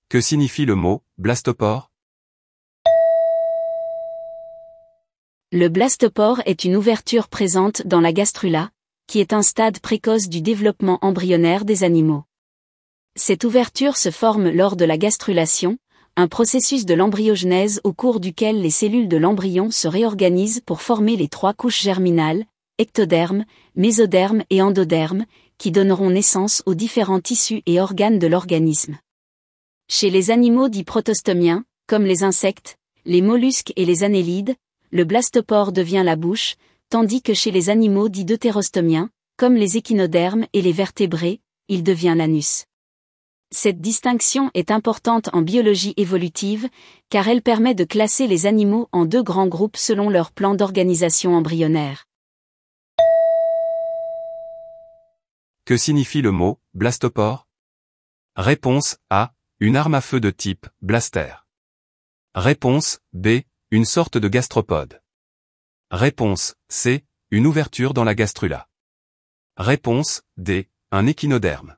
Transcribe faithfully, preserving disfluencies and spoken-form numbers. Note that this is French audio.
Que signifie le mot « blastopore » ? Le blastopore est une ouverture présente dans la gastrula, qui est un stade précoce du développement embryonnaire des animaux. Cette ouverture se forme lors de la gastrulation, un processus de l'embryogenèse au cours duquel les cellules de l'embryon se réorganisent pour former les trois couches germinales, ectoderme, mésoderme et endoderme, qui donneront naissance aux différents tissus et organes de l'organisme. Chez les animaux dits protostomiens, comme les insectes, les mollusques et les annélides, le blastopore devient la bouche, tandis que chez les animaux dits deutérostomiens, comme les échinodermes et les vertébrés, il devient l'anus. Cette distinction est importante en biologie évolutive, car elle permet de classer les animaux en deux grands groupes selon leur plan d'organisation embryonnaire. Que signifie le mot « blastopore » ? Réponse A. Une arme à feu de type « blaster ». Réponse B. Une sorte de gastropode. Réponse C. Une ouverture dans la gastrula. Réponse D. Un échinoderme.